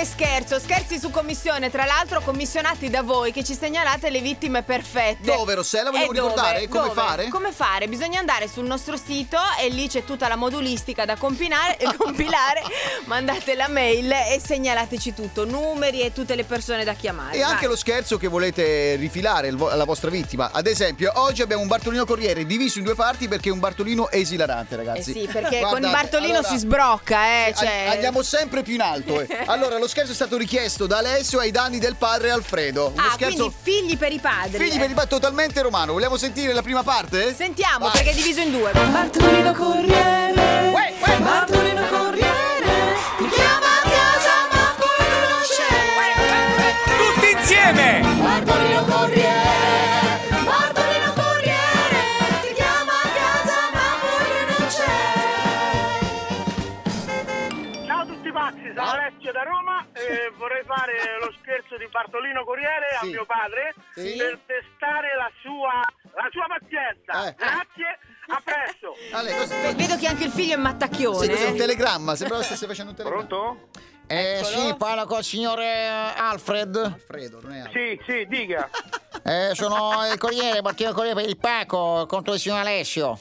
che scherzo, scherzi su commissione, tra l'altro commissionati da voi che ci segnalate le vittime perfette. Dove, Rossella? Vogliamo ricordare come fare? Come fare? Bisogna andare sul nostro sito e lì c'è tutta la modulistica da compilare, mandate la mail e segnalateci tutto, numeri e tutte le persone da chiamare. E anche lo scherzo che volete rifilare alla vostra vittima. Ad esempio, oggi abbiamo un Bartolino Corriere diviso in due parti perché è un Bartolino esilarante, ragazzi. Sì, perché con il Bartolino si sbrocca, cioè... Andiamo sempre più in alto. Allora, lo scherzo è stato richiesto da Alessio ai danni del padre Alfredo. Uno scherzo... quindi figli per i padri. Figli per i padri, totalmente romano. Vogliamo sentire la prima parte? Sentiamo, perché è diviso in due. Bartolino Corriere, Bartolino Corriere, ti chiama a casa ma poi non c'è. Tutti insieme! Bartolino Corriere, Bartolino Corriere, ti chiama a casa ma poi non c'è. Ciao a tutti pazzi, sono Alessio da Roma e vorrei fare lo scherzo di Bartolino Corriere a mio padre per testare la sua pazienza. Grazie, a presto. Vedo che anche il figlio è mattacchione. Sì, questo è un telegramma, sembrava stesse facendo un telegramma. Pronto? Sì, parlo col signore Alfred. Alfredo, non è Alfredo. Sì, dica. Sono il Corriere, Bartolino Corriere per il pacco contro il signor Alessio.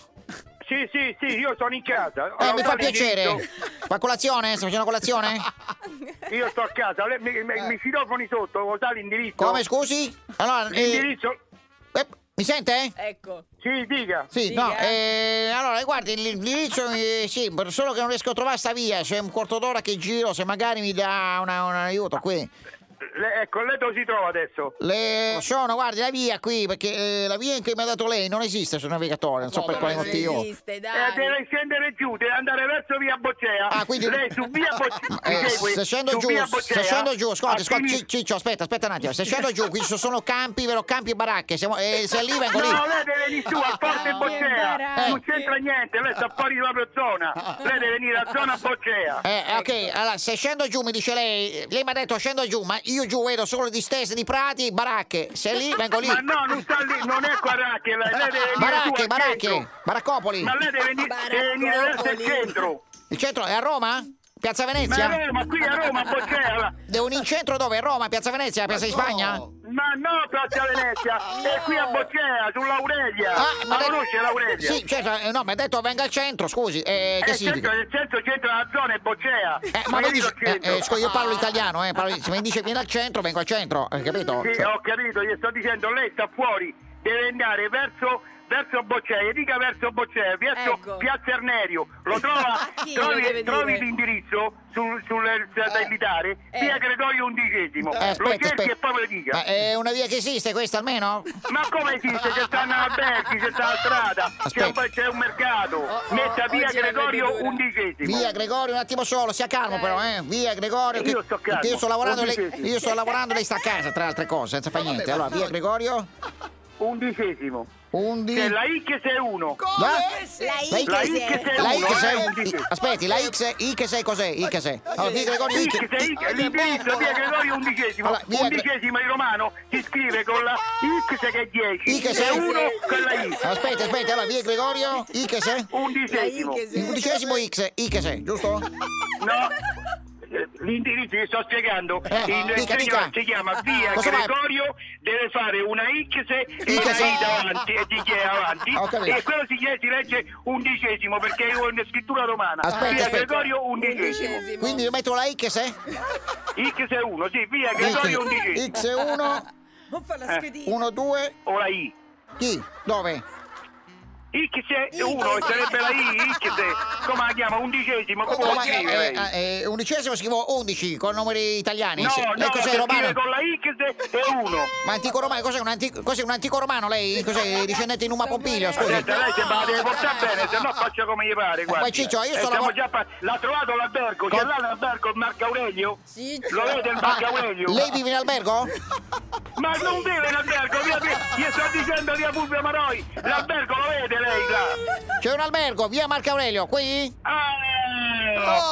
Sì, io sono in casa. Mi fa piacere. Fa colazione? Sta facendo colazione? Io sto a casa, lei mi citofoni sotto, lo sa l'indirizzo? Come, scusi? Allora, L'indirizzo? mi sente? Ecco. Sì, dica. Sì, Dica. no, allora guardi, l'indirizzo, sì, solo che non riesco a trovare sta via, c'è un quarto d'ora che giro, se magari mi dà un aiuto qui. Ecco, lei dove si trova adesso? Guardi, la via qui, perché la via in cui mi ha dato lei non esiste sul navigatore, non so per quale motivo. Non esiste, dai. Deve scendere giù, deve andare verso via Boccea. Quindi lei su via Boccea. se scendo giù, ascolti, Ciccio, aspetta un attimo, se scendo giù, qui ci sono campi, vero, campi e baracche, se lì vengo lì. No, lei deve venire su a Forte Boccea, non c'entra niente, lei sta fuori dalla propria zona, lei deve venire a zona Boccea. Ok, allora, se scendo giù, mi dice lei mi ha detto scendo giù, ma io giù vedo solo distese di prati e baracche, se lì vengo lì. Ma no, non sta lì, non è baracche, lei deve venire baracche, baraccopoli. Ma lei deve venire verso il centro. Il centro è a Roma? Piazza Venezia? Ma a Roma, qui a Roma, Boccea. Devo in centro dove? A Roma, Piazza Venezia, Piazza di Spagna? Ma no, Piazza Venezia, è qui a Boccea, sull'Aurelia. Ma conosce l'Aurelia? Sì, certo, no, mi ha detto venga al centro, scusi, che significa? Il centro c'entra la zona, è Boccea. Ma lo dice, io parlo italiano, se mi dice vieni al centro, vengo al centro, hai capito? Sì, ho capito, gli sto dicendo, lei sta fuori, deve andare verso Boccea, dica verso Boccea, verso Piazza Ernerio, lo trova, trovi l'indirizzo sul satellitare, via Gregorio XI, lo cerchi e poi lo dica. Ma è una via che esiste questa almeno? Ma come esiste? C'è stanno alberghi, c'è sta la strada, c'è un mercato, metta via Gregorio XI. Via Gregorio, un attimo solo, sia calmo però, via Gregorio. Io sto calmo. Io sto lavorando, lei sta a casa tra le altre cose, senza fare niente. Allora, via Gregorio 11. 11. C'è la X è 1. La X è 1. Aspetti, la X cos'è? X. Allora, via Gregorio l'indirizzo via Gregorio 11. Allora, Undicesimo in romano si scrive con la X che è 10 e 1 con la I. Aspetta, allora via Gregorio X 11esimo X, giusto? No. L'indirizzo che sto spiegando si chiama via Gregorio, deve fare una X e una I davanti e di chi è avanti e quello si legge 11esimo perché è una scrittura romana. Via Gregorio 11esimo. Quindi metto la X? X è 1, sì, via Gregorio 11esimo. X 1 non fa la schedina. 1 2 o la I. Chi? Dove? X è 1 e sarebbe la I, X, come la chiama? 11esimo, come lo scrive lei? 11esimo scrivo 11 con numeri italiani. No, cos'è romano? Con la X è 1. Ma antico romano, cos'è un antico romano lei? Cos'è discendente di Numa Pompilio, scusi? Senta, lei se la deve portare bene, se no faccia come gli pare, guarda. Ma Ciccio, io l'ha trovato l'albergo, c'è là l'albergo il Marco Aurelio? Ciccio. Lo vede il Marco Aurelio? Lei vive in albergo? Ma non vive in albergo, gli sto dicendo via Fulvio Maroi, l'albergo lo vede lei là? C'è un albergo, via Marco Aurelio, qui?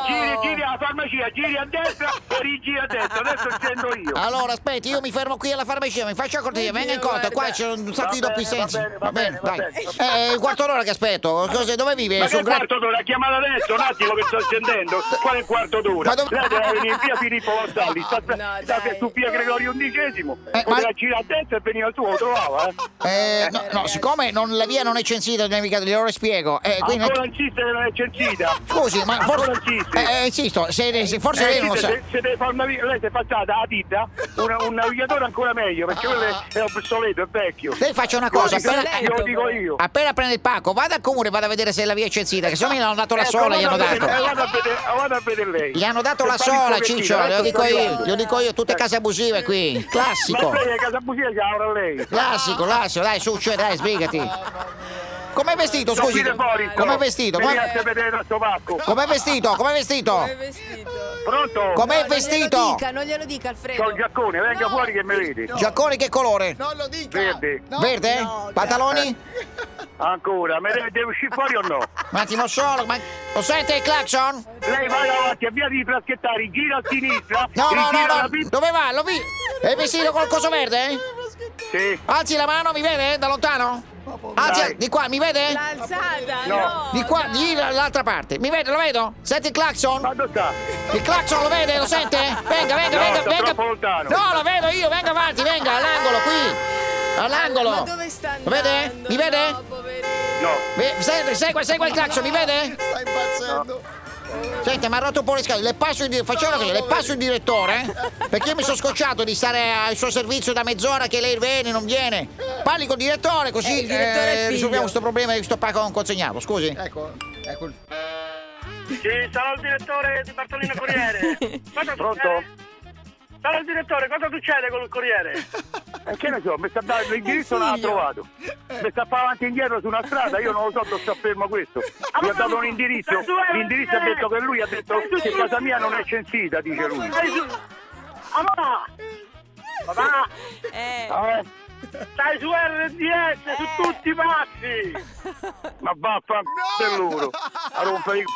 Giri alla farmacia, giri a destra e rigiri a destra. Adesso scendo io. Allora, aspetti, io mi fermo qui alla farmacia, mi faccia cortesia, venga in conto, qua c'è un sacco di doppi sensi. Va bene, dai. È un quarto d'ora che aspetto. Dove vive? Ma che quarto d'ora? Ha chiamato adesso, un attimo che sto scendendo. Qual è il quarto d'ora? Lei deve venire via Filippo Vassalli, sta su via Gregorio XI. Poteva girare a destra e veniva su, lo trovava. No, siccome la via non è censita, glielo spiego. Quindi... Ancora insiste che non è censita. Scusi, ma forse... insisto, forse lei non lo sa. Se deve fare una via, lei si è passata a ditta, un navigatore ancora meglio, perché quello è obsoleto, è vecchio. Lei faccia una cosa, lo dico io. Appena prende il pacco, vada al comune, vada a vedere se la via è censita, che se no mi hanno dato la sola, gli hanno dato. Vado a vedere lei. Gli hanno dato la sola, Ciccio, glielo dico io, tutte case abusive qui, classico. Ma lei è casa abusiva che avrà lei. Classico, dai, su, dai, sbrigati. Com'è vestito, scusi? Com'è vestito? Com'è vestito? Pronto? Com'è vestito? Non glielo dica, Alfredo. C'ho il giaccone, venga fuori che mi vedi. Giaccone che colore? Non lo dica. Verde. Verde? Pantaloni? Ancora, deve uscire fuori o no? Un attimo solo, ma lo sente il clacson? Lei va davanti, avvia di Fraschettari, gira a sinistra. No. Dove va? È vestito col coso verde? Sì. Alzi la mano, mi vede? Da lontano? Alzi, di qua, mi vede? L'alzata, No. Di qua, gira dall'altra parte. Mi vede, lo vedo? Senti il clacson? Ma dove sta? Il clacson lo vede? Lo sente? Venga. sto troppo lontano. No, lo vedo io, venga avanti, venga, all'angolo, qui. All'angolo. Ma dove sta andando? Lo vede? Mi vede? No, poverino. No. Segua il clacson, mi vede? Sta impazzendo. Senti, mi ha rotto un po' le scatole, facciamo così, le passo il direttore, perché io mi sono scocciato di stare al suo servizio da mezz'ora che lei viene, non viene. Parli col direttore così il direttore è figlio. risolviamo questo problema di questo pacco non consegnato, scusi. Ecco. Sì, sarà il direttore di Bartolino Corriere. Pronto? Sarà il direttore, cosa succede con il Corriere? Che ne so, l'indirizzo non l'ha trovato. Mi sta avanti e indietro su una strada, io non lo so, sto fermo questo. Mi ha dato un indirizzo, l'indirizzo ha detto che lui ha detto che casa mia non è censita, dice lui. Papà! Stai su RDS, su tutti i pazzi! Ma vaffanculo loro! A rompere i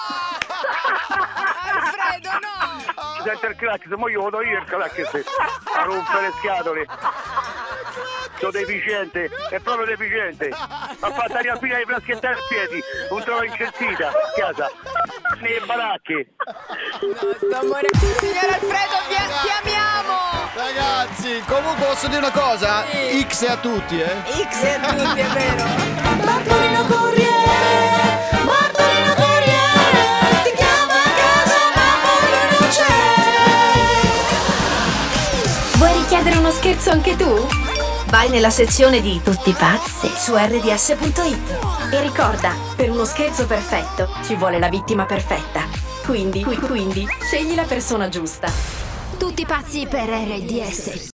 Alfredo, no! Sente il clacson, mo io vado io il clacson a rompere le scatole. Sono deficiente, è proprio deficiente. Ha fatto arrivare fino ai Fraschettari a piedi, non trova incensita a casa. Nei baracche. Sto morendo. Signor Alfredo, ti amiamo! Ragazzi, comunque posso dire una cosa? Sì. X a tutti, X a tutti, è vero. Bartolino Corriere, ti chiama a casa ma poi non c'è. Vuoi richiedere uno scherzo anche tu? Vai nella sezione di Tutti pazzi su rds.it e ricorda, per uno scherzo perfetto ci vuole la vittima perfetta. Quindi scegli la persona giusta. Tutti pazzi per RDS.